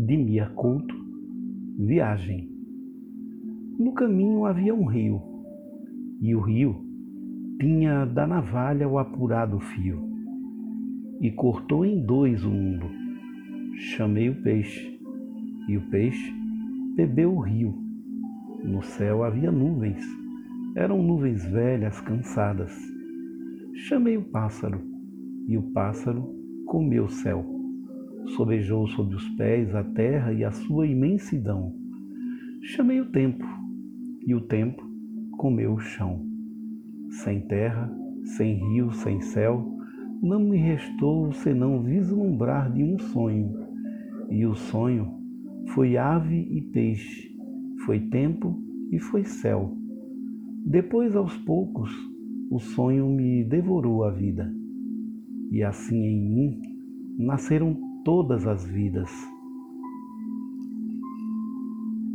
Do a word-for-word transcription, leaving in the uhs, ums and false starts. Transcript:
de Mia Couto, Viagem. No caminho havia um rio, e o rio tinha da navalha o apurado fio, e cortou em dois o mundo. Chamei o peixe, e o peixe bebeu o rio. No céu havia nuvens, eram nuvens velhas, cansadas. Chamei o pássaro, e o pássaro comeu o céu. Sobejou sobre os pés a terra e a sua imensidão. Chamei o tempo, e o tempo comeu o chão. Sem terra, sem rio, sem céu, não me restou senão vislumbrar de um sonho. E o sonho foi ave e peixe, foi tempo e foi céu. Depois, aos poucos, o sonho me devorou a vida. E assim em mim nasceram todas as vidas.